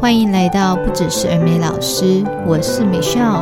欢迎来到不只是儿美老师，我是 Michelle。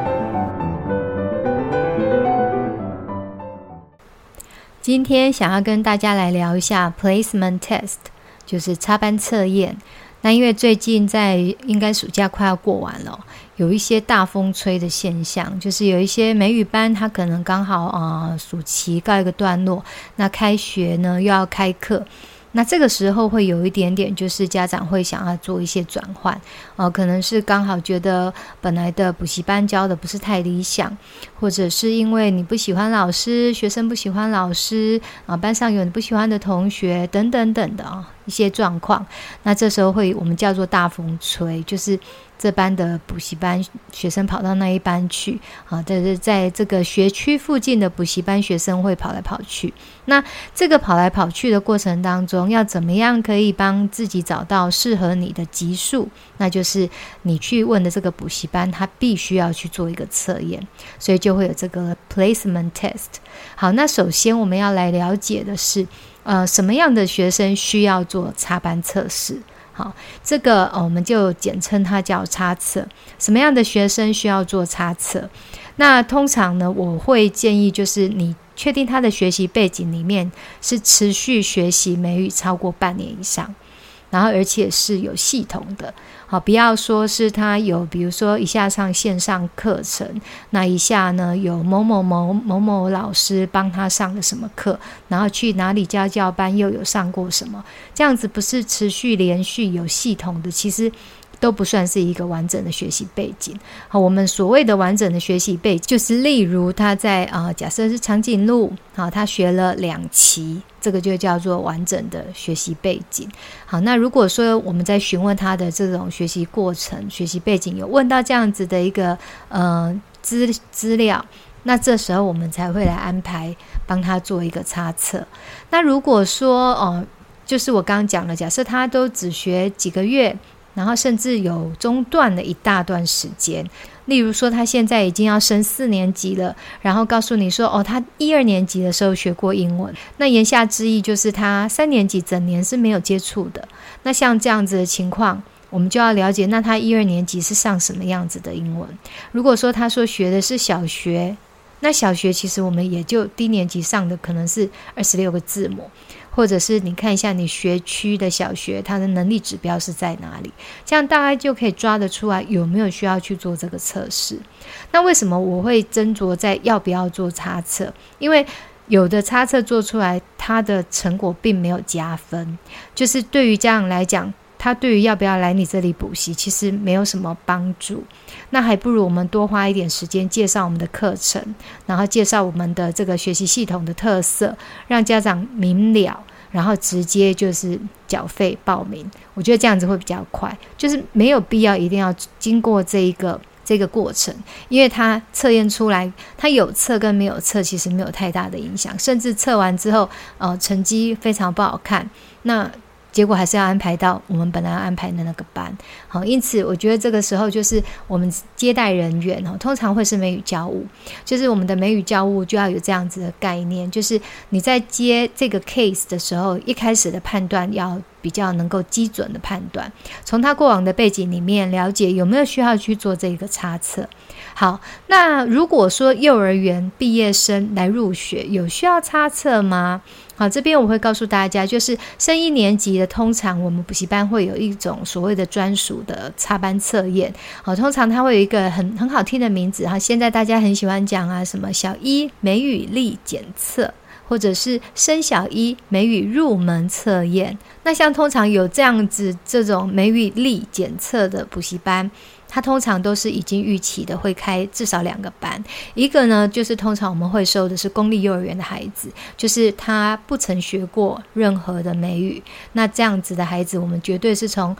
今天想要跟大家来聊一下 placement test， 就是插班测验。那因为最近应该暑假快要过完了，有一些大风吹的现象，就是有一些美语班它可能刚好暑期告一个段落，那开学呢又要开课。那这个时候会有一点点，就是家长会想要做一些转换，可能是刚好觉得本来的补习班教的不是太理想，或者是因为你不喜欢老师，学生不喜欢老师，班上有你不喜欢的同学等等等的一些状况。那这时候我们叫做大风吹，就是这班的补习班学生跑到那一班去，在这个学区附近的补习班学生会跑来跑去。那这个跑来跑去的过程当中，要怎么样可以帮自己找到适合你的级数？那就是你去问的这个补习班，他必须要去做一个测验，所以就会有这个 placement test。好，那首先我们要来了解的是，什么样的学生需要做插班测试？好，这个我们就简称它叫插测。什么样的学生需要做插测？那通常呢，我会建议就是你确定他的学习背景里面是持续学习美语超过半年以上，然后而且是有系统的。好，不要说是他有比如说一下上线上课程，那一下呢有某某老师帮他上了什么课，然后去哪里教班又有上过什么，这样子不是持续连续有系统的，其实都不算是一个完整的学习背景。好，我们所谓的完整的学习背景，就是例如他在假设是长颈鹿，好，他学了2期，这个就叫做完整的学习背景。好，那如果说我们在询问他的这种学习过程、学习背景，有问到这样子的一个资料，那这时候我们才会来安排帮他做一个插测。那如果说就是我刚刚讲了，假设他都只学几个月，然后甚至有中断了一大段时间，例如说他现在已经要升4年级了，然后告诉你说他1、2年级的时候学过英文，那言下之意就是他3年级整年是没有接触的。那像这样子的情况，我们就要了解那他1、2年级是上什么样子的英文。如果说他说学的是小学，那小学其实我们也就低年级上的可能是26个字母，或者是你看一下你学区的小学它的能力指标是在哪里，这样大概就可以抓得出来有没有需要去做这个测试。那为什么我会斟酌在要不要做插测？因为有的插测做出来它的成果并没有加分，就是对于家长来讲，他对于要不要来你这里补习其实没有什么帮助，那还不如我们多花一点时间介绍我们的课程，然后介绍我们的这个学习系统的特色，让家长明了，然后直接就是缴费报名。我觉得这样子会比较快，就是没有必要一定要经过这个过程，因为它测验出来，它有测跟没有测其实没有太大的影响，甚至测完之后成绩非常不好看，那结果还是要安排到我们本来要安排的那个班。好，因此我觉得这个时候就是我们接待人员通常会是美语教务，就是我们的美语教务就要有这样子的概念，就是你在接这个 case 的时候，一开始的判断要比较能够基准的判断，从他过往的背景里面了解有没有需要去做这个插测。好，那如果说幼儿园毕业生来入学，有需要插测吗？好，这边我会告诉大家，就是升1年级的，通常我们补习班会有一种所谓的专属的插班测验。好，通常它会有一个很好听的名字，现在大家很喜欢讲什么小一美语力检测，或者是升小一美语入门测验。那像通常有这样子这种美语力检测的补习班，它通常都是已经预期的会开至少2个班，一个呢就是通常我们会收的是公立幼儿园的孩子，就是他不曾学过任何的美语，那这样子的孩子我们绝对是从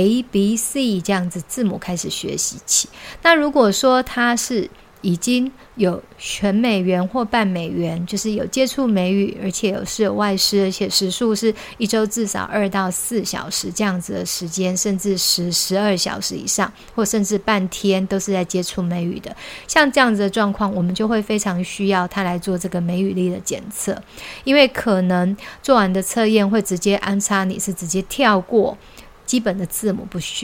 A、B、C 这样子字母开始学习起。那如果说他是已经有全美元或半美元，就是有接触美语，而且是有外师，而且时数是1周至少2到4小时这样子的时间，甚至12小时以上，或甚至半天都是在接触美语的。像这样子的状况，我们就会非常需要他来做这个美语力的检测，因为可能做完的测验会直接安插你是直接跳过基本的字母不学，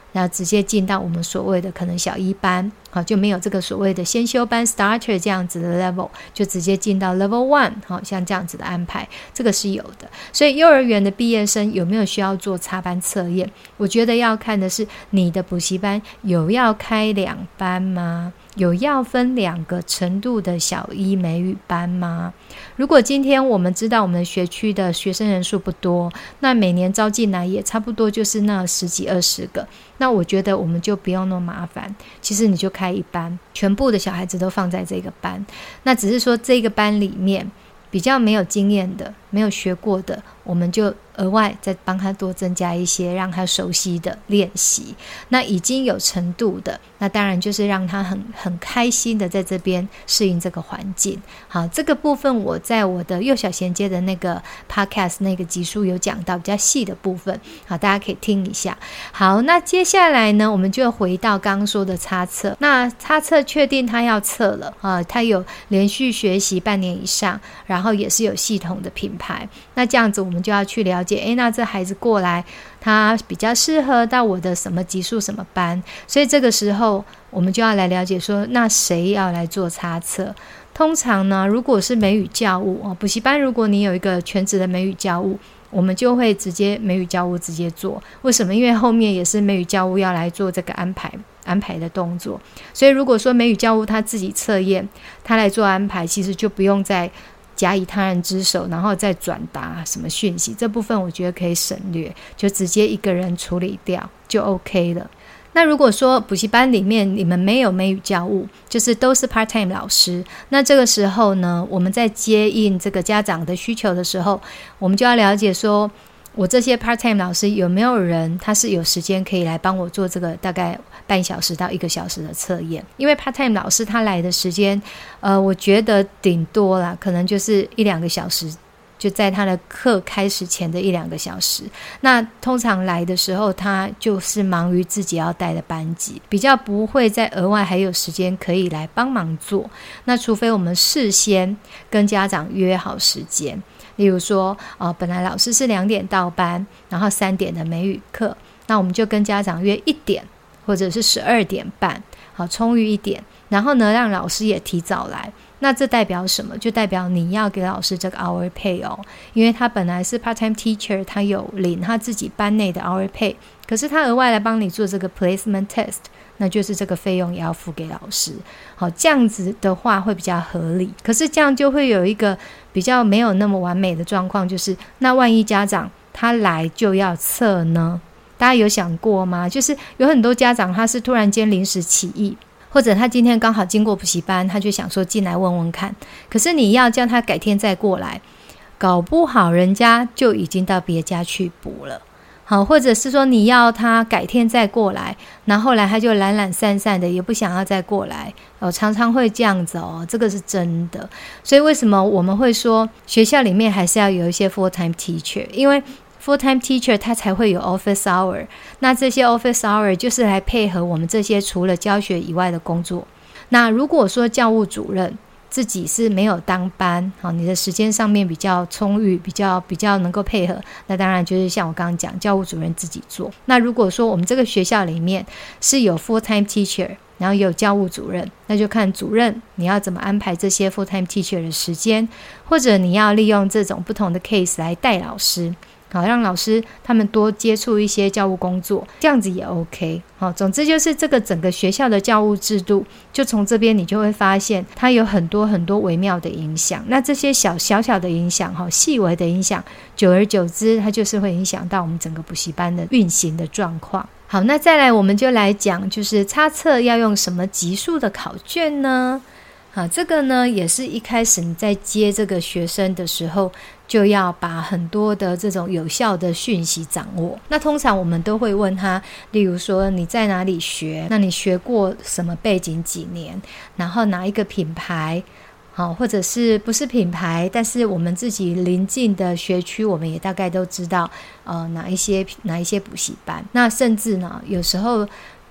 然后直接进到我们所谓的可能小一班，好，就没有这个所谓的先修班 starter 这样子的 level， 就直接进到 level 1， 好，像这样子的安排，这个是有的。所以幼儿园的毕业生有没有需要做插班测验，我觉得要看的是你的补习班有要开2班吗？有要分2个程度的小一美语班吗？如果今天我们知道我们学区的学生人数不多，那每年招进来也差不多就是那10几20个，那我觉得我们就不用那么麻烦，其实你就开1班，全部的小孩子都放在这个班，那只是说这个班里面比较没有经验的，没有学过的，我们就额外再帮他多增加一些让他熟悉的练习。那已经有程度的，那当然就是让他很开心的在这边适应这个环境。好，这个部分我在我的幼小衔接的那个 podcast 那个集数有讲到比较细的部分，好，大家可以听一下。好，那接下来呢，我们就回到刚刚说的插测。那插测确定他要测了啊，他有连续学习半年以上，然后也是有系统的品牌。那这样子我们就要去了解，那这孩子过来他比较适合到我的什么级数什么班，所以这个时候我们就要来了解说，那谁要来做插测。通常呢，如果是美语教务补习班，如果你有一个全职的美语教务，我们就会直接美语教务直接做。为什么？因为后面也是美语教务要来做这个安排的动作，所以如果说美语教务他自己测验，他来做安排，其实就不用再假以他人之手，然后再转达什么讯息，这部分我觉得可以省略，就直接一个人处理掉就 OK 了。那如果说补习班里面你们没有美语教务，就是都是 part-time 老师，那这个时候呢，我们在接应这个家长的需求的时候，我们就要了解说，我这些 part-time 老师有没有人他是有时间可以来帮我做这个大概半小时到1个小时的测验。因为 part-time 老师他来的时间我觉得顶多啦可能就是1-2个小时，就在他的课开始前的1-2个小时。那通常来的时候他就是忙于自己要带的班级，比较不会再额外还有时间可以来帮忙做。那除非我们事先跟家长约好时间，例如说本来老师是2点到班，然后3点的美语课，那我们就跟家长约1点或者是12点半，好，充裕一点，然后呢让老师也提早来。那这代表什么？就代表你要给老师这个 hour pay 因为他本来是 part-time teacher， 他有领他自己班内的 hour pay， 可是他额外来帮你做这个 placement test， 那就是这个费用也要付给老师。好，这样子的话会比较合理。可是这样就会有一个比较没有那么完美的状况，就是那万一家长他来就要测呢？大家有想过吗？就是有很多家长他是突然间临时起意，或者他今天刚好经过补习班，他就想说进来问问看，可是你要叫他改天再过来，搞不好人家就已经到别家去补了。好，或者是说你要他改天再过来，然后后来他就懒懒散散的，也不想要再过来常常会这样子这个是真的。所以为什么我们会说学校里面还是要有一些 full-time teacher， 因为full-time teacher 他才会有 office hour， 那这些 office hour 就是来配合我们这些除了教学以外的工作。那如果说教务主任自己是没有当班，好，你的时间上面比较充裕，比较能够配合，那当然就是像我刚刚讲，教务主任自己做。那如果说我们这个学校里面是有 full-time teacher， 然后也有教务主任，那就看主任你要怎么安排这些 full-time teacher 的时间，或者你要利用这种不同的 case 来带老师，好，让老师他们多接触一些教务工作，这样子也 OK。 好，总之就是这个整个学校的教务制度，就从这边你就会发现它有很多很多微妙的影响。那这些小的影响，细微的影响，久而久之它就是会影响到我们整个补习班的运行的状况。好，那再来我们就来讲，就是插测要用什么级数的考卷呢？好，这个呢也是一开始你在接这个学生的时候，就要把很多的这种有效的讯息掌握。那通常我们都会问他，例如说你在哪里学，那你学过什么背景几年，然后哪一个品牌，好，或者是不是品牌，但是我们自己邻近的学区我们也大概都知道哪一些补习班。那甚至呢有时候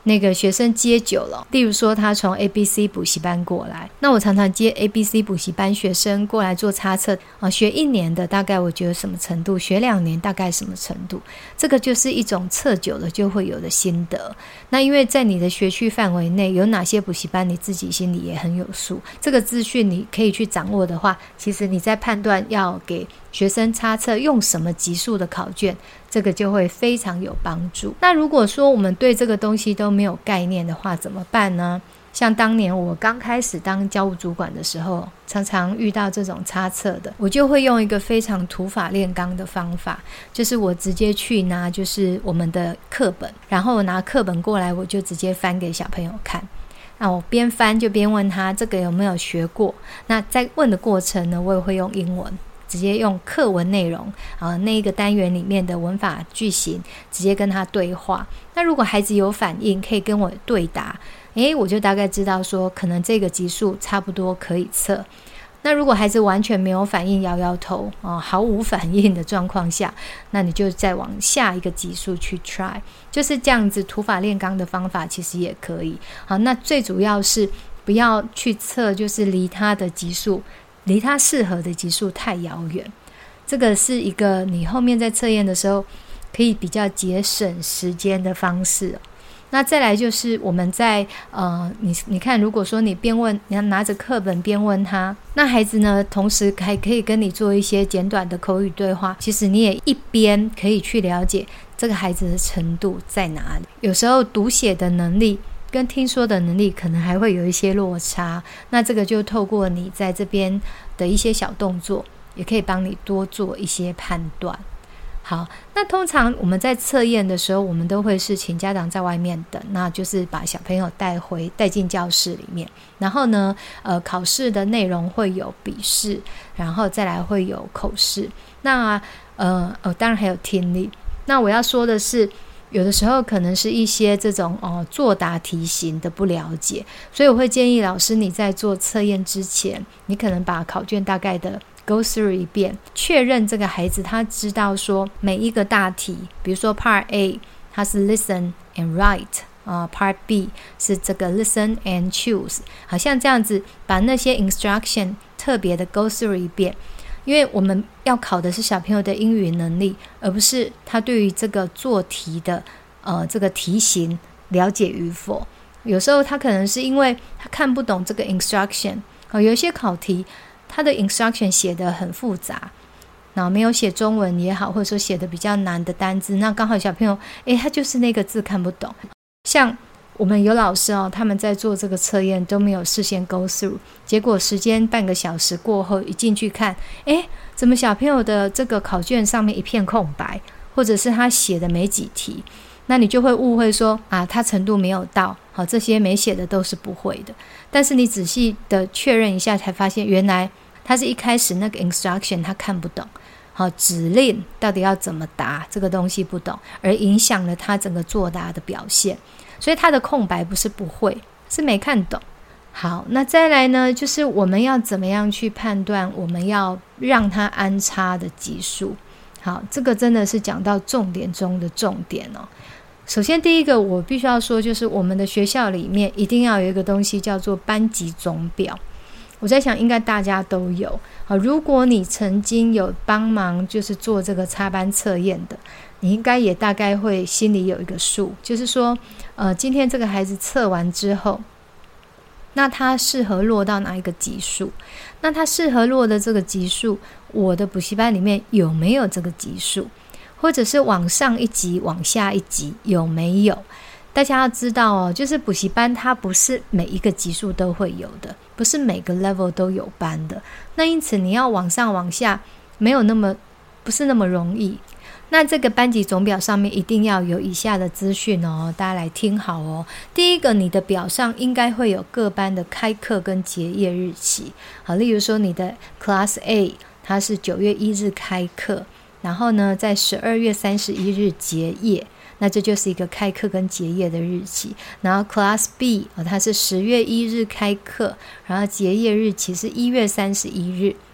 那个学生接久了，例如说他从 ABC 补习班过来，那我常常接 ABC 补习班学生过来做擦测学1年的大概我觉得什么程度，学2年大概什么程度，这个就是一种测久了就会有的心得。那因为在你的学区范围内有哪些补习班你自己心里也很有数，这个资讯你可以去掌握的话，其实你在判断要给学生擦测用什么级数的考卷，这个就会非常有帮助。那如果说我们对这个东西都没有概念的话怎么办呢？像当年我刚开始当教务主管的时候，常常遇到这种擦测的，我就会用一个非常土法炼钢的方法，就是我直接去拿就是我们的课本，然后我拿课本过来，我就直接翻给小朋友看。那我边翻就边问他这个有没有学过，那在问的过程呢，我也会用英文直接用课文内容那一个单元里面的文法句型直接跟他对话。那如果孩子有反应可以跟我对答，我就大概知道说可能这个级数差不多可以测。那如果孩子完全没有反应，摇摇头毫无反应的状况下，那你就再往下一个级数去 try， 就是这样子土法炼钢的方法其实也可以。好，那最主要是不要去测就是离他的级数，离他适合的级数太遥远，这个是一个你后面在测验的时候可以比较节省时间的方式。那再来就是我们在你看，如果说你边问，你要拿着课本边问他，那孩子呢同时还可以跟你做一些简短的口语对话，其实你也一边可以去了解这个孩子的程度在哪里。有时候读写的能力跟听说的能力可能还会有一些落差，那这个就透过你在这边的一些小动作也可以帮你多做一些判断。好，那通常我们在测验的时候，我们都会是请家长在外面等，那就是把小朋友带进教室里面，然后呢考试的内容会有笔试，然后再来会有口试，那当然还有听力。那我要说的是，有的时候可能是一些这种作答题型的不了解，所以我会建议老师你在做测验之前，你可能把考卷大概的go through 一遍，确认这个孩子他知道说每一个大题，比如说 Part A 它是 listen and write，Part B 是这个 listen and choose， 好像这样子把那些 instruction 特别的 go through 一遍。因为我们要考的是小朋友的英语能力，而不是他对于这个做题的这个题型了解与否。有时候他可能是因为他看不懂这个 instruction，有一些考题他的 instruction 写得很复杂，然后没有写中文也好，或者说写的比较难的单字，那刚好小朋友他就是那个字看不懂。像我们有老师他们在做这个测验都没有事先 go through， 结果时间半个小时过后一进去看，怎么小朋友的这个考卷上面一片空白，或者是他写的没几题，那你就会误会说他程度没有到，好，这些没写的都是不会的。但是你仔细的确认一下才发现，原来他是一开始那个 instruction 他看不懂，好，指令到底要怎么答这个东西不懂，而影响了他整个作答的表现。所以他的空白不是不会，是没看懂。好，那再来呢，就是我们要怎么样去判断我们要让他安插的级数。好，这个真的是讲到重点中的重点首先第一个我必须要说，就是我们的学校里面一定要有一个东西叫做班级总表。我在想应该大家都有。好，如果你曾经有帮忙就是做这个插班测验的，你应该也大概会心里有一个数，就是说今天这个孩子测完之后，那他适合落到哪一个级数，那他适合落的这个级数，我的补习班里面有没有这个级数，或者是往上一级往下一级有没有。大家要知道就是补习班它不是每一个级数都会有的，不是每个 level 都有班的，那因此你要往上往下不是那么容易。那这个班级总表上面一定要有以下的资讯大家来听好第一个，你的表上应该会有各班的开课跟结业日期。好，例如说你的 Class A 它是9月1日开课，然后呢在12月31日结业，那这就是一个开课跟结业的日期。然后 Class B 它是10月1日开课，然后结业日期是1月31日，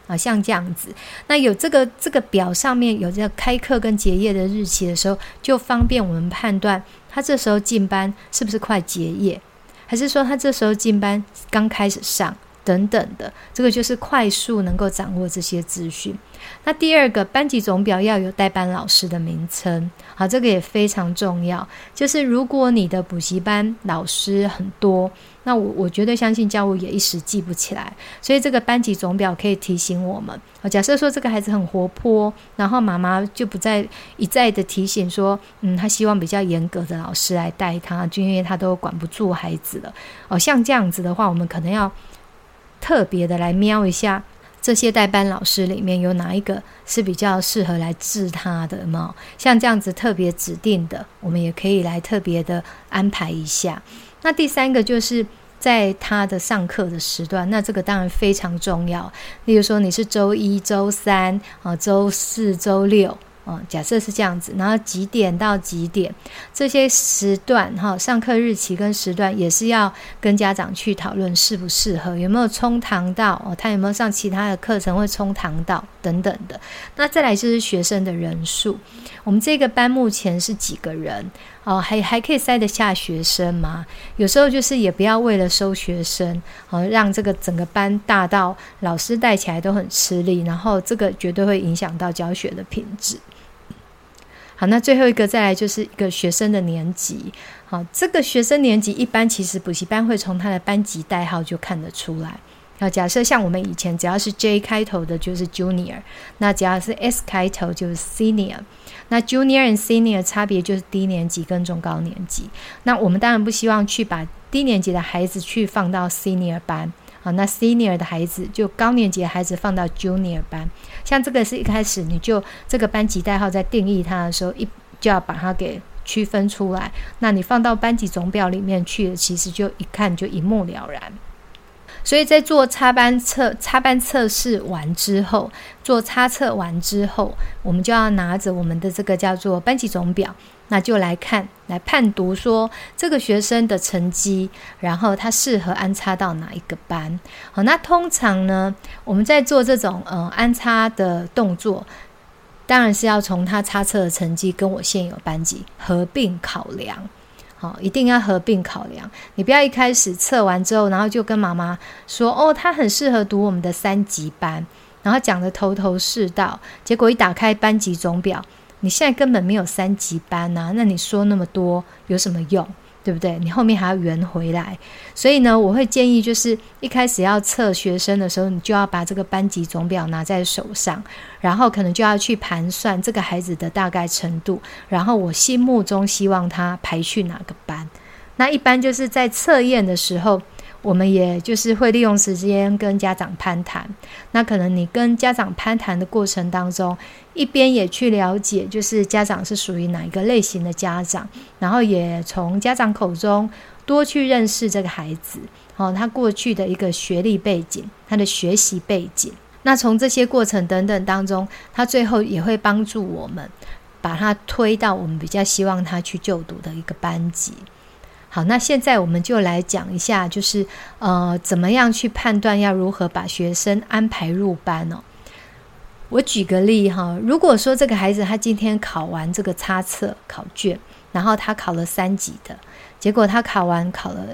像这样子。那有这个表上面有这个开课跟结业的日期的时候，就方便我们判断他这时候进班是不是快结业，还是说他这时候进班刚开始上等等的，这个就是快速能够掌握这些资讯。那第二个，班级总表要有代班老师的名称，好，这个也非常重要。就是如果你的补习班老师很多，那我绝对相信教务也一时记不起来，所以这个班级总表可以提醒我们。假设说这个孩子很活泼，然后妈妈就不再一再的提醒说，他希望比较严格的老师来带他，就因为他都管不住孩子了。像这样子的话，我们可能要特别的来瞄一下这些代班老师里面有哪一个是比较适合来治他的吗？像这样子特别指定的，我们也可以来特别的安排一下。那第三个就是在他的上课的时段，那这个当然非常重要。例如说你是周一、周三、周四、周六，假设是这样子，然后几点到几点，这些时段上课日期跟时段也是要跟家长去讨论适不适合，有没有冲堂到，他有没有上其他的课程会冲堂到等等的。那再来就是学生的人数，我们这个班目前是几个人，还可以塞得下学生吗？有时候就是也不要为了收学生，让这个整个班大到老师带起来都很吃力，然后这个绝对会影响到教学的品质。好，那最后一个再来就是一个学生的年级。好，这个学生年级一般其实补习班会从他的班级代号就看得出来。好，假设像我们以前只要是 J 开头的就是 Junior， 那只要是 S 开头就是 Senior， 那 Junior and Senior 差别就是低年级跟中高年级。那我们当然不希望去把低年级的孩子去放到 Senior 班，好，那 Senior 的孩子就高年级的孩子放到 Junior 班。像这个是一开始你就这个班级代号在定义它的时候就要把它给区分出来，那你放到班级总表里面去了，其实就一看就一目了然。所以在做插班测试完之后，做插测完之后，我们就要拿着我们的这个叫做班级总表，那就来判读说这个学生的成绩，然后他适合安插到哪一个班。好，那通常呢，我们在做这种安插的动作，当然是要从他插测的成绩跟我现有班级合并考量。好，一定要合并考量，你不要一开始测完之后，然后就跟妈妈说他很适合读我们的3级班，然后讲得头头是道，结果一打开班级总表，你现在根本没有3级班啊，那你说那么多有什么用？对不对？你后面还要圆回来。所以呢，我会建议就是一开始要测学生的时候，你就要把这个班级总表拿在手上，然后可能就要去盘算这个孩子的大概程度，然后我心目中希望他排去哪个班。那一般就是在测验的时候，我们也就是会利用时间跟家长攀谈。那可能你跟家长攀谈的过程当中，一边也去了解就是家长是属于哪一个类型的家长，然后也从家长口中多去认识这个孩子，他过去的一个学历背景，他的学习背景。那从这些过程等等当中，他最后也会帮助我们把他推到我们比较希望他去就读的一个班级。好，那现在我们就来讲一下，就是怎么样去判断要如何把学生安排入班哦。我举个例哈，如果说这个孩子他今天考完这个插测考卷，然后他考了3级的，结果他考了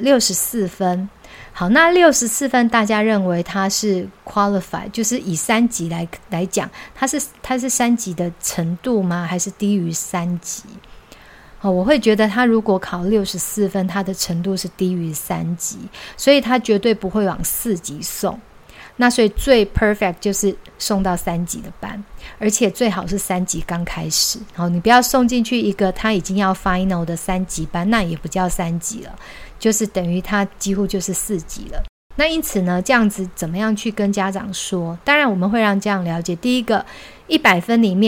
64分。好，那64分大家认为他是 qualify， 就是以3级来讲，他是3级的程度吗？还是低于3级？我会觉得他如果考64分，他的程度是低于3级，所以他绝对不会往4级送。那所以最 perfect 就是送到3级的班，而且最好是3级刚开始。你不要送进去一个他已经要 final 的3级班，那也不叫3级了，就是等于他几乎就是4级了。那因此呢，这样子怎么样去跟家长说？当然我们会让家长了解，第一个100分里面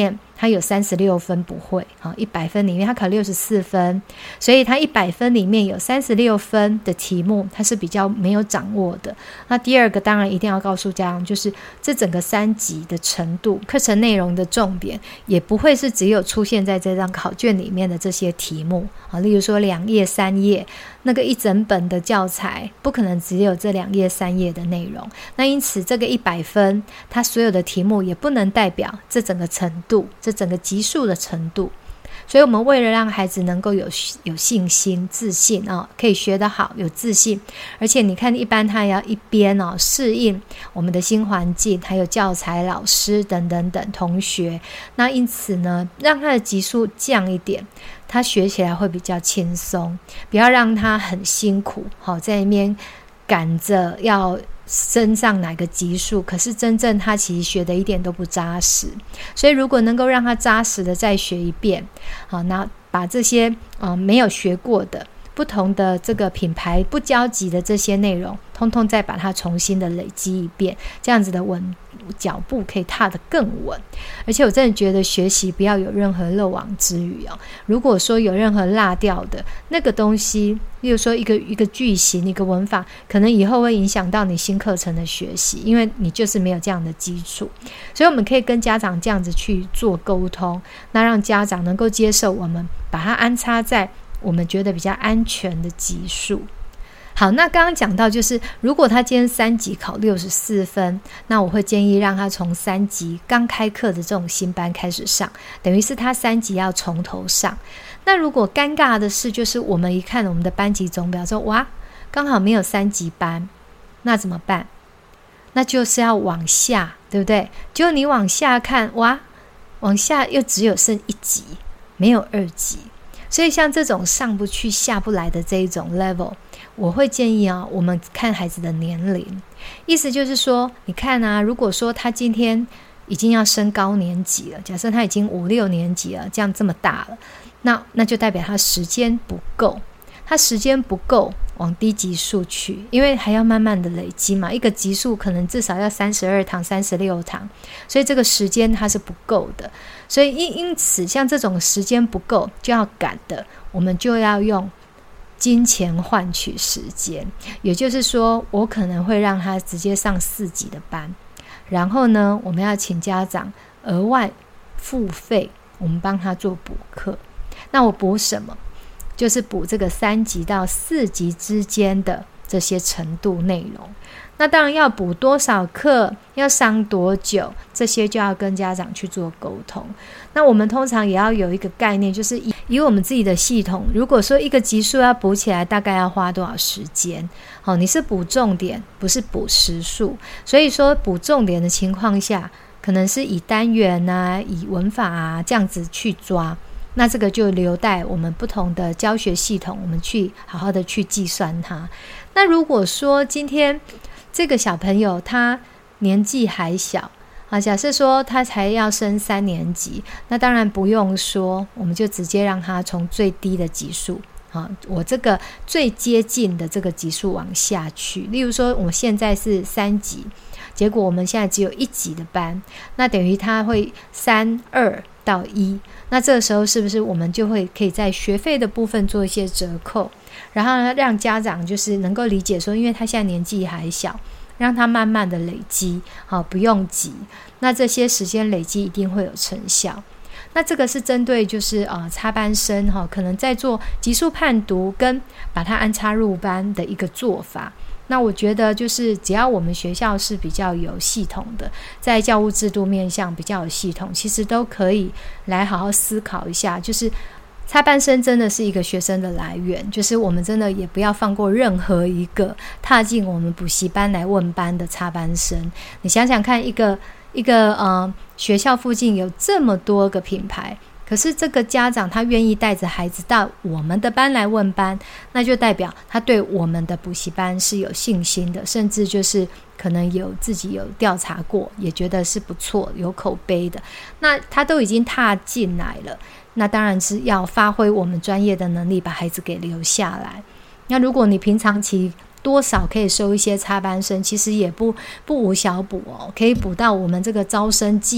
他有36分不会，100分里面他考64分，所以他100分里面有36分的题目他是比较没有掌握的。那第二个当然一定要告诉家长，就是这整个3级的程度，课程内容的重点也不会是只有出现在这张考卷里面的这些题目例如说2页3页，那个一整本的教材不可能只有这2页3页的内容，那因此这个100分它所有的题目也不能代表这整个程度，这整个级数的程度。所以我们为了让孩子能够有信心自信可以学得好有自信，而且你看一般他也要一边适应我们的新环境，还有教材老师等等等同学，那因此呢让他的级数降一点，他学起来会比较轻松，不要让他很辛苦在那边赶着要升上哪个级数，可是真正他其实学的一点都不扎实。所以如果能够让他扎实的再学一遍，那把这些没有学过的不同的这个品牌不交集的这些内容通通再把它重新的累积一遍，这样子的脚步可以踏得更稳。而且我真的觉得学习不要有任何漏网之鱼如果说有任何落掉的那个东西，例如说一个句型一个文法，可能以后会影响到你新课程的学习，因为你就是没有这样的基础。所以我们可以跟家长这样子去做沟通，那让家长能够接受我们把它安插在我们觉得比较安全的级数。好，那刚刚讲到就是如果他今天3级考64分，那我会建议让他从3级刚开课的这种新班开始上，等于是他3级要从头上。那如果尴尬的是就是我们一看我们的班级总表说哇刚好没有3级班，那怎么办？那就是要往下，对不对？结果你往下看，哇往下又只有剩1级，没有2级。所以像这种上不去下不来的这一种 level， 我会建议我们看孩子的年龄，意思就是说你看如果说他今天已经要升高年级了，假设他已经5、6年级了，这样这么大了，那就代表他时间不够，他时间不够往低级数去，因为还要慢慢的累积嘛，一个级数可能至少要32堂36堂，所以这个时间它是不够的。所以因此像这种时间不够就要赶的，我们就要用金钱换取时间，也就是说我可能会让他直接上4级的班，然后呢我们要请家长额外付费，我们帮他做补课。那我补什么？就是补这个3级到4级之间的这些程度内容。那当然要补多少课，要上多久，这些就要跟家长去做沟通。那我们通常也要有一个概念，就是以我们自己的系统，如果说一个级数要补起来大概要花多少时间，你是补重点不是补时数，所以说补重点的情况下可能是以单元以文法这样子去抓，那这个就留待我们不同的教学系统，我们去好好的去计算它。那如果说今天这个小朋友他年纪还小假设说他才要升3年级，那当然不用说，我们就直接让他从最低的级数我这个最接近的这个级数往下去。例如说我现在是3级，结果我们现在只有1级的班，那等于他会3、2到1，那这个时候是不是我们就会可以在学费的部分做一些折扣，然后呢让家长就是能够理解说，因为他现在年纪还小，让他慢慢的累积不用急，那这些时间累积一定会有成效。那这个是针对就是插班生可能在做级数判读跟把他安插入班的一个做法。那我觉得就是只要我们学校是比较有系统的，在教务制度面向比较有系统，其实都可以来好好思考一下，就是插班生真的是一个学生的来源，就是我们真的也不要放过任何一个踏进我们补习班来问班的插班生。你想想看，一个学校附近有这么多个品牌，可是这个家长他愿意带着孩子到我们的班来问班，那就代表他对我们的补习班是有信心的，甚至就是可能自己有调查过，也觉得是不错有口碑的，那他都已经踏进来了，那当然是要发挥我们专业的能力把孩子给留下来。那如果你平常期多少可以收一些插班生，其实也不无小补可以补到我们这个招生季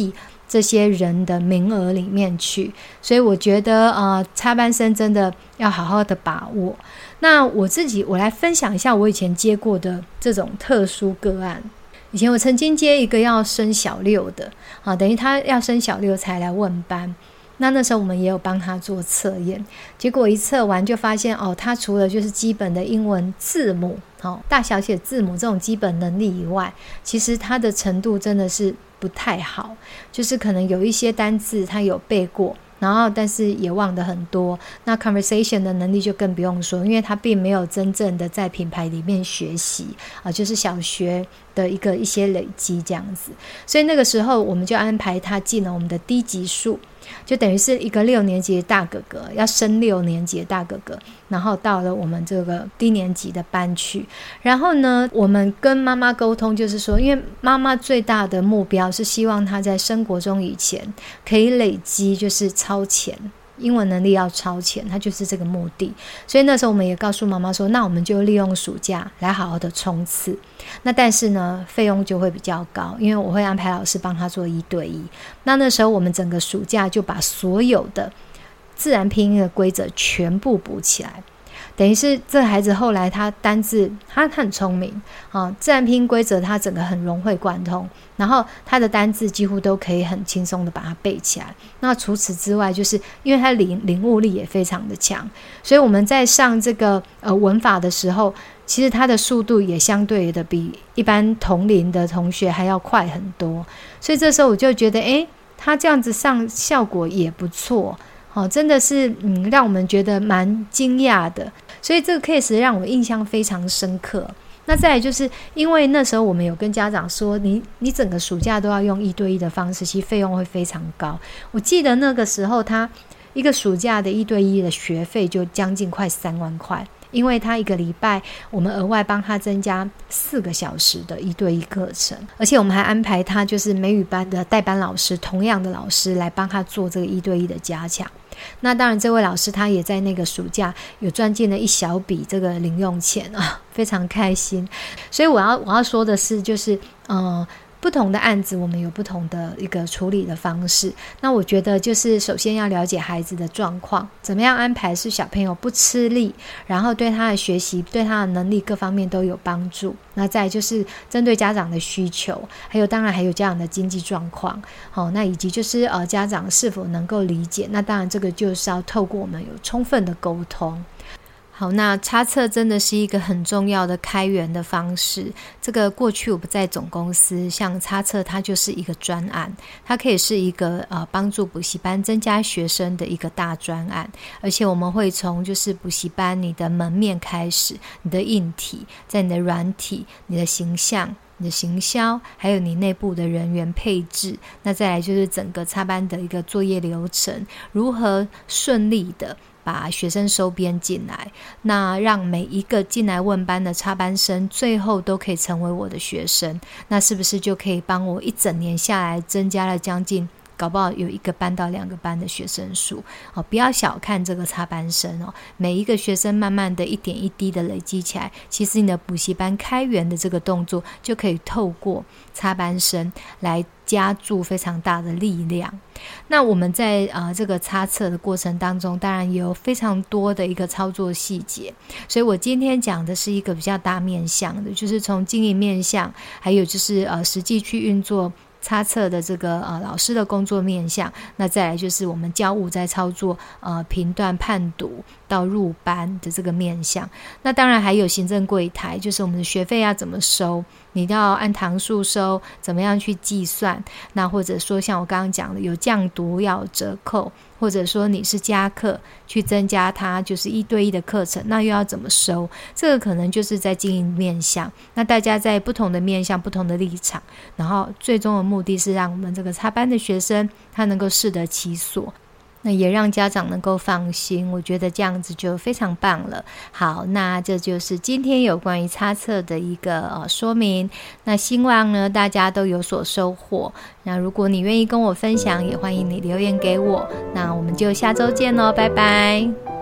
这些人的名额里面去，所以我觉得插班生真的要好好的把握。那我来分享一下我以前接过的这种特殊个案。以前我曾经接一个要升小6的等于他要升小6才来问班，那时候我们也有帮他做测验，结果一测完就发现他除了就是基本的英文字母大小写字母这种基本能力以外，其实他的程度真的是不太好，就是可能有一些单字他有背过，然后但是也忘得很多，那 conversation 的能力就更不用说，因为他并没有真正的在品牌里面学习就是小学的一些累积这样子。所以那个时候我们就安排他进了我们的低级数，就等于是一个6年级的大哥哥要升6年级的大哥哥，然后到了我们这个低年级的班去。然后呢，我们跟妈妈沟通，就是说因为妈妈最大的目标是希望他在升国中以前可以累积就是超前，英文能力要超前，他就是这个目的。所以那时候我们也告诉妈妈说，那我们就利用暑假来好好的冲刺，那但是呢费用就会比较高，因为我会安排老师帮他做1对1。那时候我们整个暑假就把所有的自然拼音的规则全部补起来，等于是这孩子后来他单字他很聪明自然拼音规则他整个很融会贯通，然后他的单字几乎都可以很轻松的把它背起来。那除此之外，就是因为他领悟力也非常的强，所以我们在上这个文法的时候，其实他的速度也相对的比一般同龄的同学还要快很多。所以这时候我就觉得他这样子上效果也不错真的是让我们觉得蛮惊讶的。所以这个 case 让我印象非常深刻。那再来就是因为那时候我们有跟家长说，你整个暑假都要用1对1的方式，其实费用会非常高。我记得那个时候他一个暑假的1对1的学费就将近快3万块，因为他一个礼拜我们额外帮他增加4个小时的1对1课程，而且我们还安排他就是美语班的代班老师，同样的老师来帮他做这个1对1的加强。那当然这位老师他也在那个暑假有赚进了一小笔这个零用钱非常开心。所以我要说的是就是不同的案子我们有不同的一个处理的方式。那我觉得就是首先要了解孩子的状况，怎么样安排是小朋友不吃力，然后对他的学习对他的能力各方面都有帮助。那再来就是针对家长的需求，还有当然还有家长的经济状况那以及就是家长是否能够理解，那当然这个就是要透过我们有充分的沟通。好，那插册真的是一个很重要的开源的方式。这个过去我不在总公司，像插册它就是一个专案，它可以是一个帮助补习班增加学生的一个大专案。而且我们会从就是补习班你的门面开始，你的硬体，在你的软体，你的形象，你的行销，还有你内部的人员配置，那再来就是整个插班的一个作业流程，如何顺利的把学生收编进来，那让每一个进来问班的插班生最后都可以成为我的学生，那是不是就可以帮我一整年下来增加了将近搞不好有1个班到2个班的学生数不要小看这个插班生每一个学生慢慢的一点一滴的累积起来，其实你的补习班开源的这个动作就可以透过插班生来加注非常大的力量。那我们在这个插册的过程当中，当然也有非常多的一个操作细节，所以我今天讲的是一个比较大面向的，就是从经营面向，还有就是实际去运作插册的这个老师的工作面向，那再来就是我们教务在操作评断判读到入班的这个面向。那当然还有行政柜台，就是我们的学费要怎么收，你要按堂数收，怎么样去计算，那或者说像我刚刚讲的有降读要有折扣，或者说你是加课去增加它就是1对1的课程，那又要怎么收，这个可能就是在经营面向。那大家在不同的面向不同的立场，然后最终的目的是让我们这个插班的学生他能够适得其所，那也让家长能够放心，我觉得这样子就非常棒了。好，那这就是今天有关于插册的一个说明，那希望呢大家都有所收获。那如果你愿意跟我分享，也欢迎你留言给我，那我们就下周见咯，拜拜。